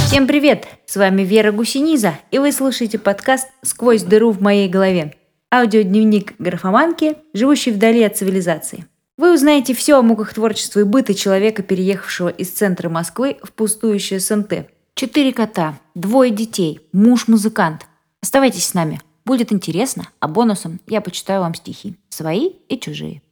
Всем привет! С вами Вера Гусениза, и вы слушаете подкаст «Сквозь дыру в моей голове». Аудиодневник графоманки, живущей вдали от цивилизации. Вы узнаете все о муках творчества и быта человека, переехавшего из центра Москвы в пустующее СНТ. 4 кота, 2 детей, муж-музыкант. Оставайтесь с нами, будет интересно, а бонусом я почитаю вам стихи. Свои и чужие.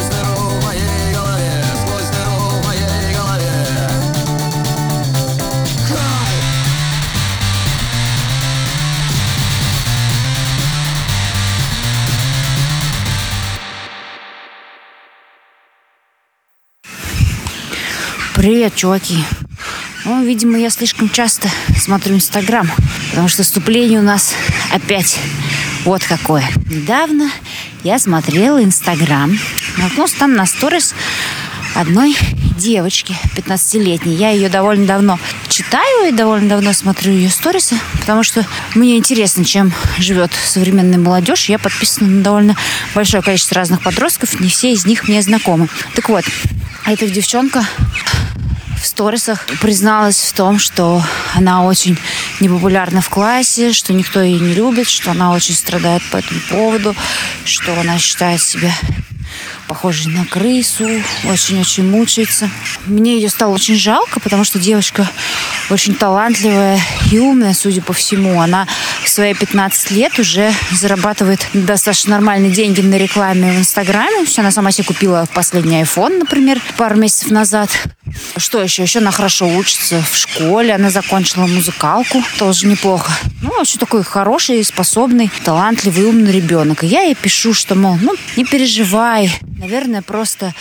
Привет, чуваки. Видимо, я слишком часто смотрю Инстаграм, потому что вступление у нас опять вот какое. Недавно я смотрела Инстаграм, наткнулась там на сторис одной девочки 15-летней. Я ее довольно давно читаю и довольно давно смотрю ее сторисы, потому что мне интересно, чем живет современная молодежь. Я подписана на довольно большое количество разных подростков, не все из них мне знакомы. Так вот, эта девчонка в сторисах призналась в том, что она очень непопулярна в классе, что никто ее не любит, что она очень страдает по этому поводу, что она считает себя похожей на крысу, очень-очень мучается. Мне ее стало очень жалко, потому что девочка очень талантливая и умная, судя по всему. Она в свои 15 лет уже зарабатывает достаточно нормальные деньги на рекламе в Инстаграме. Она сама себе купила последний iPhone, например, пару месяцев назад. Что еще? Еще она хорошо учится в школе. Она закончила музыкалку. Тоже неплохо. Вообще такой хороший, способный, талантливый, умный ребенок. И я ей пишу, что, не переживай. Наверное, просто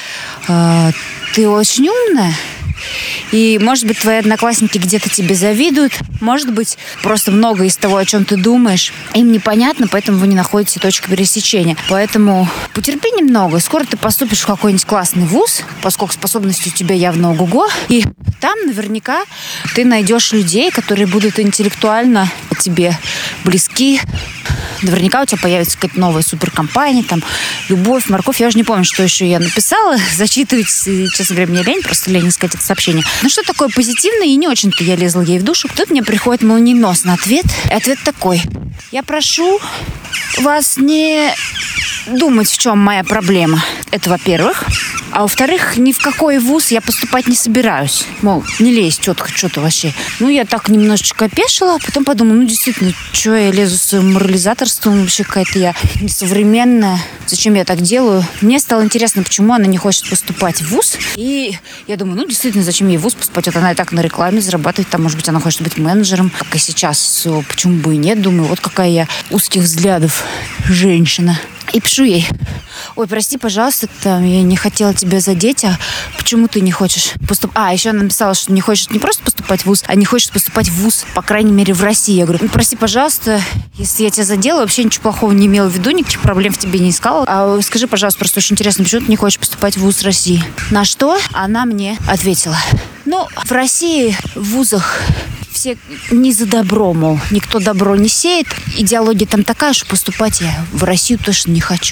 ты очень умная. И, может быть, твои одноклассники где-то тебе завидуют. Может быть, просто многое из того, о чем ты думаешь, им непонятно, поэтому вы не находите точки пересечения. Поэтому потерпи немного. Скоро ты поступишь в какой-нибудь классный вуз, поскольку способности у тебя явно ого-го. И там наверняка ты найдешь людей, которые будут интеллектуально тебе близки. Наверняка у тебя появится какая-то новая суперкомпания, там, любовь, морковь. Я уже не помню, что еще я написала. Зачитывать, честно говоря, мне лень, просто лень искать это сообщение. Что такое позитивное, и не очень-то я лезла ей в душу. Тут мне приходит молниеносный ответ. И ответ такой. Я прошу вас не думать, в чем моя проблема. Это, во-первых. А во-вторых, ни в какой вуз я поступать не собираюсь. Не лезь, тетка, что-то вообще. Я так немножечко опешила, а потом подумала, действительно, что я лезу с своим морализаторством, вообще какая-то я несовременная. Зачем я так делаю? Мне стало интересно, почему она не хочет поступать в вуз. И я думаю, действительно, зачем ей в вуз поступать? Вот она и так на рекламе зарабатывает, там, может быть, она хочет быть менеджером, как и сейчас. Почему бы и нет? Думаю, вот какая я узких взглядов женщина. И пишу ей: ой, прости, пожалуйста, я не хотела тебя задеть, а почему ты не хочешь поступать? Еще она написала, что не хочет не просто поступать в вуз, а не хочет поступать в вуз, по крайней мере, в России. Я говорю, прости, пожалуйста, если я тебя задела, вообще ничего плохого не имела в виду, никаких проблем в тебе не искала. А скажи, пожалуйста, просто очень интересно, почему ты не хочешь поступать в вуз России? На что она мне ответила: в России в вузах все не за добро, никто добро не сеет. Идеология там такая, что поступать я в Россию точно не хочу.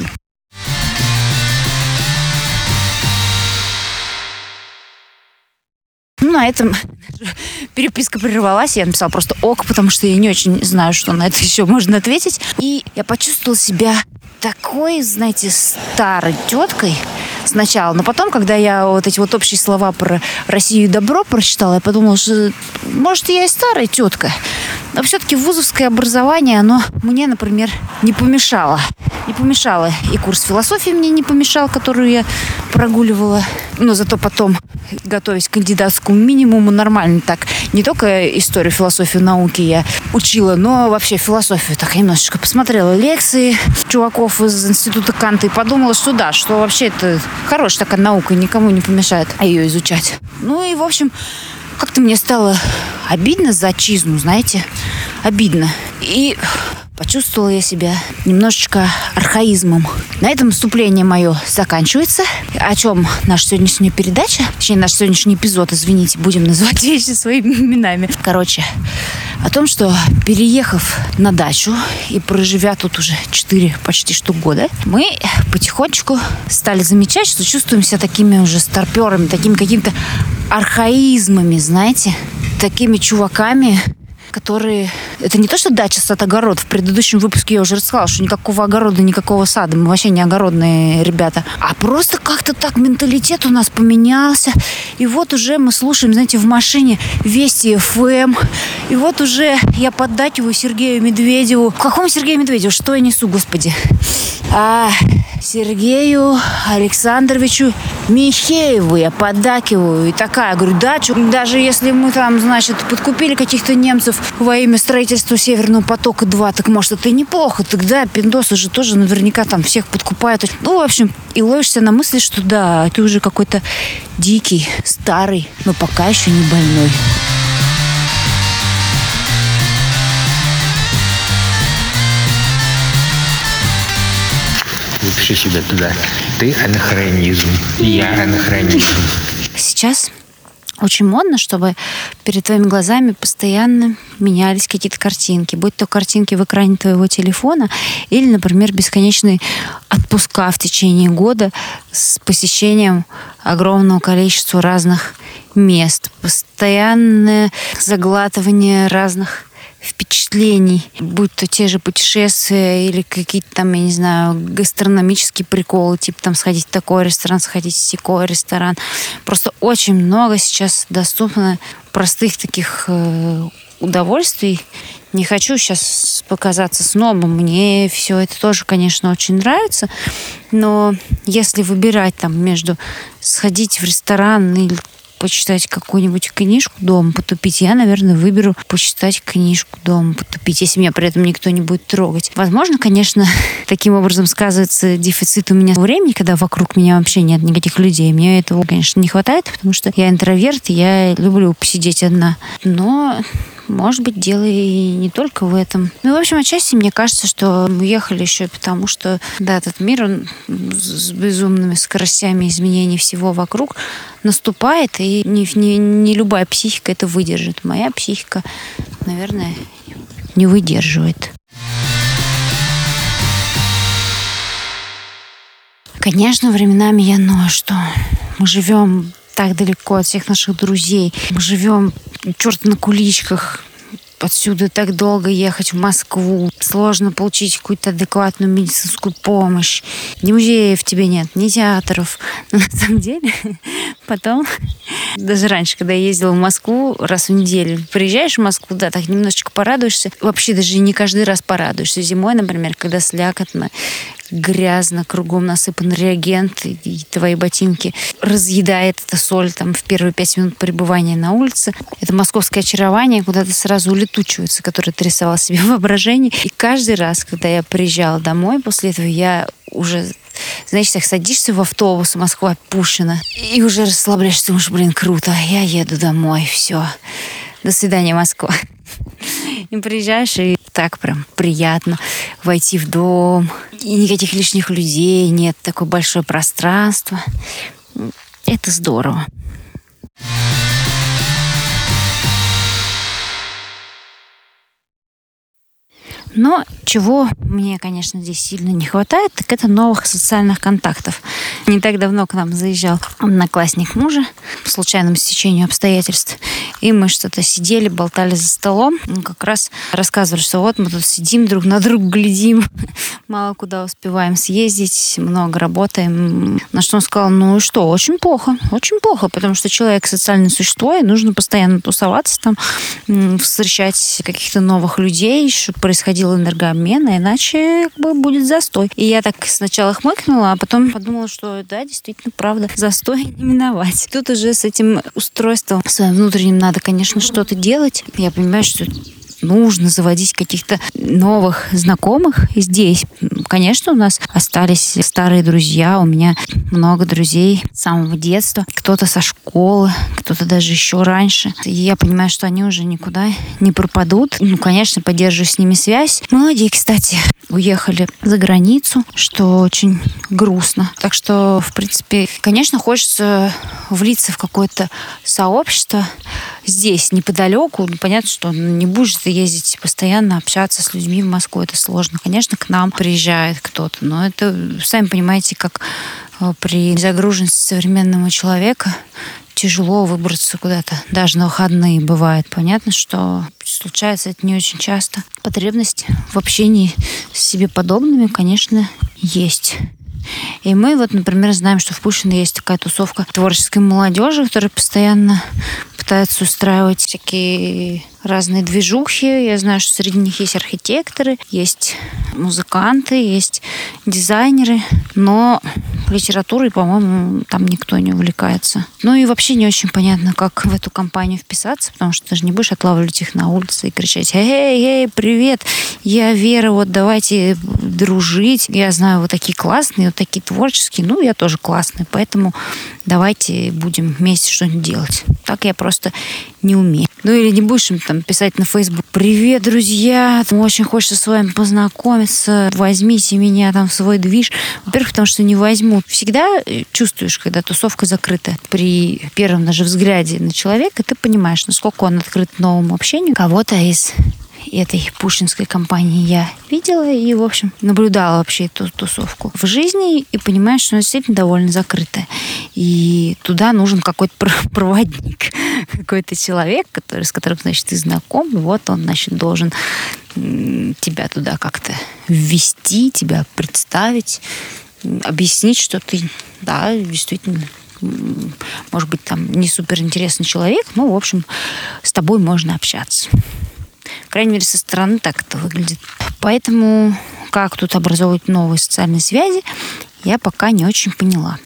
На этом переписка прервалась. Я написала просто ок, потому что я не очень знаю, что на это еще можно ответить. И я почувствовала себя такой, знаете, старой теткой сначала. Но потом, когда я вот эти общие слова про Россию и добро прочитала, я подумала, что, может, я и старая тетка. Но все-таки вузовское образование, оно мне, например, не помешало. Не помешало. И курс философии мне не помешал, которую я прогуливала. Но зато потом, готовясь к кандидатскому минимуму, нормально так. Не только историю, философию, науки я учила, но вообще философию так немножечко посмотрела лекции чуваков из института Канта и подумала, что да, что вообще это хорошая такая наука, никому не помешает ее изучать. И, в общем, как-то мне стало обидно за отчизну, знаете, обидно. И почувствовала я себя немножечко архаизмом. На этом вступление мое заканчивается. О чем наша сегодняшняя передача, точнее, наш сегодняшний эпизод, извините, будем называть вещи своими именами. О том, что переехав на дачу и проживя тут уже 4 почти что года, мы потихонечку стали замечать, что чувствуем себя такими уже старперами, такими какими-то архаизмами, знаете. такими чуваками, которые... Это не то, что дача, сад, огород. В предыдущем выпуске я уже рассказала, что никакого огорода, никакого сада. Мы вообще не огородные ребята. А просто как-то так менталитет у нас поменялся. И вот уже мы слушаем, знаете, в машине Вести ФМ. И вот уже я поддакиваю Сергею Медведеву. Какому Сергею Медведеву? Что я несу, господи? Сергею Александровичу Михееву я поддакиваю. И такая, говорю, дачу. Даже если мы там, значит, подкупили каких-то немцев во имя строительства Северного потока-2, так может это и неплохо. Тогда пиндосы же тоже наверняка там всех подкупают. Ну, в общем, и ловишься на мысли, что да, ты уже какой-то дикий, старый, но пока еще не больной. Запиши себя туда. Ты анахронизм, я анахронизм. Сейчас очень модно, чтобы перед твоими глазами постоянно менялись какие-то картинки. Будь то картинки в экране твоего телефона или, например, бесконечные отпуска в течение года с посещением огромного количества разных мест. Постоянное заглатывание разных впечатлений, будь то те же путешествия или какие-то там, я не знаю, гастрономические приколы, типа там сходить в такой ресторан, сходить в сякой ресторан. Просто очень много сейчас доступно простых таких удовольствий. Не хочу сейчас показаться снобом, мне все это тоже, конечно, очень нравится, но если выбирать там между сходить в ресторан или почитать какую-нибудь книжку дома, потупить, я, наверное, выберу почитать книжку дома, потупить, если меня при этом никто не будет трогать. Возможно, конечно, таким образом сказывается дефицит у меня времени, когда вокруг меня вообще нет никаких людей. Мне этого, конечно, не хватает, потому что я интроверт, и я люблю посидеть одна. Но... может быть, дело и не только в этом. Ну, в общем, отчасти мне кажется, что мы уехали еще и потому, что, да, этот мир, он с безумными скоростями изменений всего вокруг наступает, и не любая психика это выдержит. Моя психика, наверное, не выдерживает. Конечно, временами я ною, что мы живем так далеко от всех наших друзей. Мы живем, черт на куличках. Отсюда так долго ехать в Москву. Сложно получить какую-то адекватную медицинскую помощь. Ни музеев тебе нет, ни театров. Но на самом деле потом, даже раньше, когда я ездила в Москву раз в неделю, приезжаешь в Москву, да, так немножечко порадуешься. Вообще даже не каждый раз порадуешься. Зимой, например, когда слякотно, грязно, кругом насыпан реагент, и твои ботинки разъедает эта соль там в первые 5 минут пребывания на улице. Это московское очарование куда-то сразу улетучивается, которое ты рисовал себе в воображении. И каждый раз, когда я приезжала домой, после этого я уже, знаешь, так садишься в автобус, Москва-Пушкино, и уже расслабляешься, думаешь, блин, круто, я еду домой, все. До свидания, Москва. И приезжаешь, и так прям приятно войти в дом. И никаких лишних людей нет, такое большое пространство. Это здорово. Но чего мне, конечно, здесь сильно не хватает, так это новых социальных контактов. Не так давно к нам заезжал одноклассник мужа по случайному стечению обстоятельств. И мы что-то сидели, болтали за столом. Мы как раз рассказывали, что вот мы тут сидим, друг на друга глядим, мало куда успеваем съездить, много работаем. На что он сказал, ну и что, очень плохо, потому что человек социальное существо, и нужно постоянно тусоваться там, встречать каких-то новых людей, чтобы происходил энергообмен, иначе как бы будет застой. И я так сначала хмыкнула, а потом подумала, что да, действительно, правда, застой не миновать. Тут уже с этим устройством своим внутренним надо, конечно, что-то делать. Я понимаю, что нужно заводить каких-то новых знакомых здесь. Конечно, у нас остались старые друзья. У меня много друзей с самого детства. Кто-то со школы, кто-то даже еще раньше. И я понимаю, что они уже никуда не пропадут. Ну, конечно, поддерживаю с ними связь. Многие, кстати, уехали за границу, что очень грустно. Так что, в принципе, конечно, хочется влиться в какое-то сообщество здесь, неподалеку. Понятно, что не будешь ты ездить постоянно, общаться с людьми в Москву. Это сложно. Конечно, к нам приезжает кто-то, но это, сами понимаете, как при загруженности современного человека тяжело выбраться куда-то. Даже на выходные бывает. Понятно, что случается это не очень часто. Потребность в общении с себе подобными, конечно, есть. И мы вот, например, знаем, что в Пущино есть такая тусовка творческой молодежи, которая постоянно пытается устраивать всякие разные движухи. Я знаю, что среди них есть архитекторы, есть музыканты, есть дизайнеры, но литературой, по-моему, там никто не увлекается. Ну и вообще не очень понятно, как в эту компанию вписаться, потому что ты же не будешь отлавливать их на улице и кричать: «Эй, привет, я Вера, вот давайте дружить. Я знаю, вы такие классные, вот такие творческие, ну я тоже классный, поэтому давайте будем вместе что-нибудь делать». Так я просто не умею. Ну или не будешь им там писать на Facebook: «Привет, друзья, очень хочется с вами познакомиться, возьмите меня там в свой движ». Во-первых, потому что не возьмут. Всегда чувствуешь, когда тусовка закрыта. При первом даже взгляде на человека ты понимаешь, насколько он открыт новому общению. Кого-то из этой пущинской компании я видела и, в общем, наблюдала вообще эту тусовку в жизни и понимаешь, что она действительно довольно закрытая. И туда нужен какой-то проводник, какой-то человек, с которым, значит, ты знаком, и вот он, значит, должен тебя туда как-то ввести, тебя представить, объяснить, что ты, да, действительно, может быть, там не суперинтересный человек, но, в общем, с тобой можно общаться. По крайней мере, со стороны так это выглядит. Поэтому как тут образовывать новые социальные связи, я пока не очень поняла.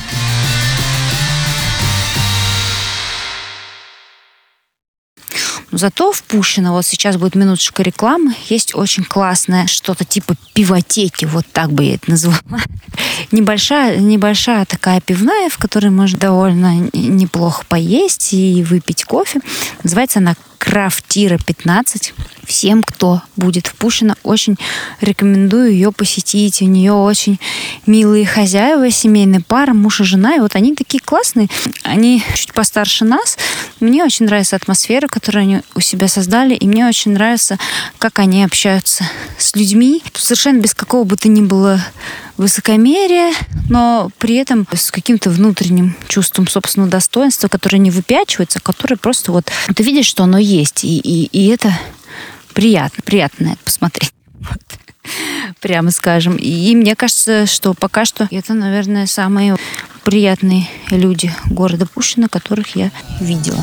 Но зато в Пущино, вот сейчас будет минуточка рекламы, есть очень классное что-то пивотеки, вот так бы я это назвала. Небольшая такая пивная, в которой можно довольно неплохо поесть и выпить кофе. Называется она Крафтира 15. Всем, кто будет в Пущино, очень рекомендую ее посетить. У нее очень милые хозяева, семейная пара, муж и жена. И вот они такие классные. Они чуть постарше нас. Мне очень нравится атмосфера, которую они у себя создали. И мне очень нравится, как они общаются с людьми. Совершенно без какого бы то ни было высокомерия, но при этом с каким-то внутренним чувством собственного достоинства, которое не выпячивается, которое просто вот ты видишь, что оно есть. И это приятно это посмотреть. Вот. Прямо скажем. И мне кажется, что пока что это, наверное, самые приятные люди города Пущино, которых я видела.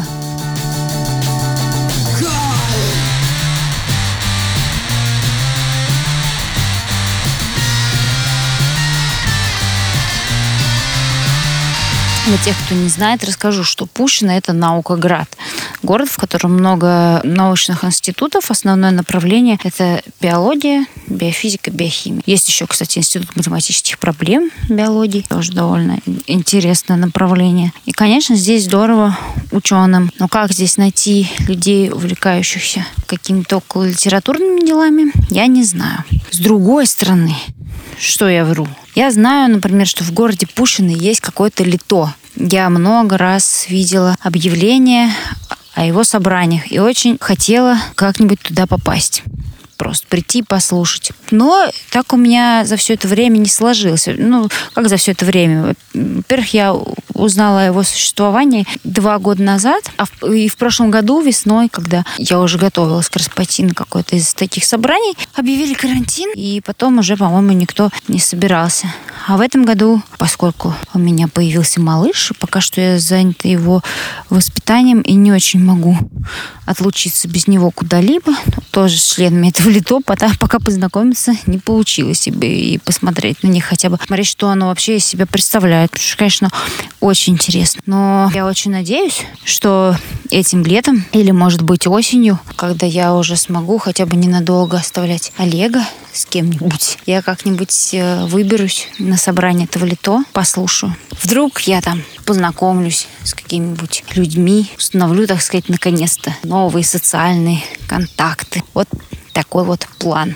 Для тех, кто не знает, расскажу, что Пущино — это наукоград. Город, в котором много научных институтов. Основное направление — это биология, биофизика, биохимия. Есть еще, кстати, институт математических проблем биологии. Тоже довольно интересное направление. И, конечно, здесь здорово ученым. Но как здесь найти людей, увлекающихся какими-то окололитературными делами, я не знаю. С другой стороны, что я вру? Я знаю, например, что в городе Пущино есть какое-то лито. Я много раз видела объявления о его собраниях и очень хотела как-нибудь туда попасть. Просто прийти и послушать. Но так у меня за все это время не сложилось. Ну, как за все это время? Во-первых, я узнала о его существовании 2 года назад, и в прошлом году весной, когда я уже готовилась как раз пойти на какое-то из таких собраний, объявили карантин, и потом уже, по-моему, никто не собирался. А в этом году, поскольку у меня появился малыш, пока что я занята его воспитанием и не очень могу отлучиться без него куда-либо, тоже с членами этого лито, пока познакомиться не получилось, и посмотреть на них хотя бы, смотреть, что оно вообще из себя представляет. Потому что, конечно, очень интересно. Но я очень надеюсь, что этим летом или, может быть, осенью, когда я уже смогу хотя бы ненадолго оставлять Олега с кем-нибудь, я как-нибудь выберусь на собрание этого лито, послушаю. Вдруг я там познакомлюсь с какими-нибудь людьми, установлю, так сказать, наконец-то новые социальные контакты. Вот такой вот план.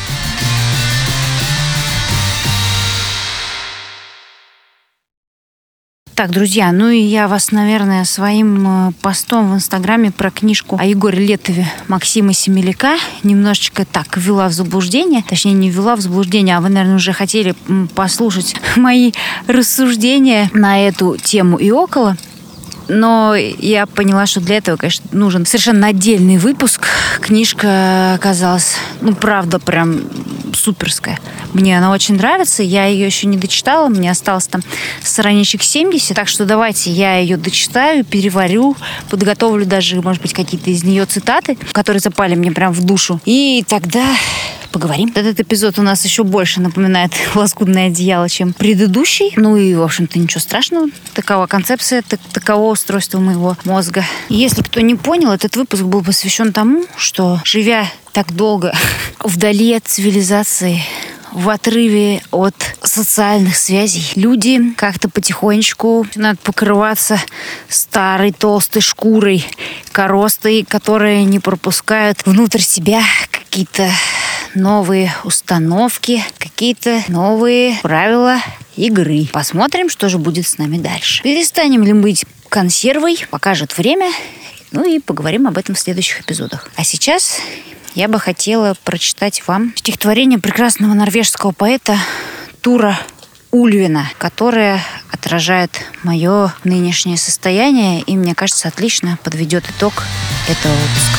Так, друзья, ну и я вас, наверное, своим постом в Инстаграме про книжку о Егоре Летове Максима Семеляка немножечко так ввела в заблуждение. Точнее, не ввела в заблуждение, а вы, наверное, уже хотели послушать мои рассуждения на эту тему и около. Но я поняла, что для этого, конечно, нужен совершенно отдельный выпуск. Книжка оказалась, правда, прям суперская. Мне она очень нравится. Я ее еще не дочитала. Мне осталось там страничек 70. Так что давайте я ее дочитаю, переварю, подготовлю даже, может быть, какие-то из нее цитаты, которые запали мне прям в душу. И тогда поговорим. Этот эпизод у нас еще больше напоминает лоскутное одеяло, чем предыдущий. И, в общем-то, ничего страшного. Такова концепция, таково устройство моего мозга. И если кто не понял, этот выпуск был посвящен тому, что, живя так долго вдали от цивилизации, в отрыве от социальных связей, люди как-то потихонечку начинают покрываться старой толстой шкурой, коростой, которые не пропускают внутрь себя какие-то новые установки, какие-то новые правила игры. Посмотрим, что же будет с нами дальше. Перестанем ли быть консервой, покажет время. И поговорим об этом в следующих эпизодах. А сейчас я бы хотела прочитать вам стихотворение прекрасного норвежского поэта Тура Ульвина, которое отражает мое нынешнее состояние и, мне кажется, отлично подведет итог этого выпуска.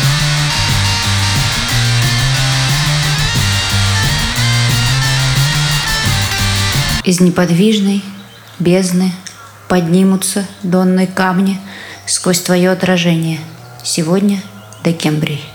Из неподвижной бездны поднимутся донные камни сквозь твое отражение. Сегодня Декембрий.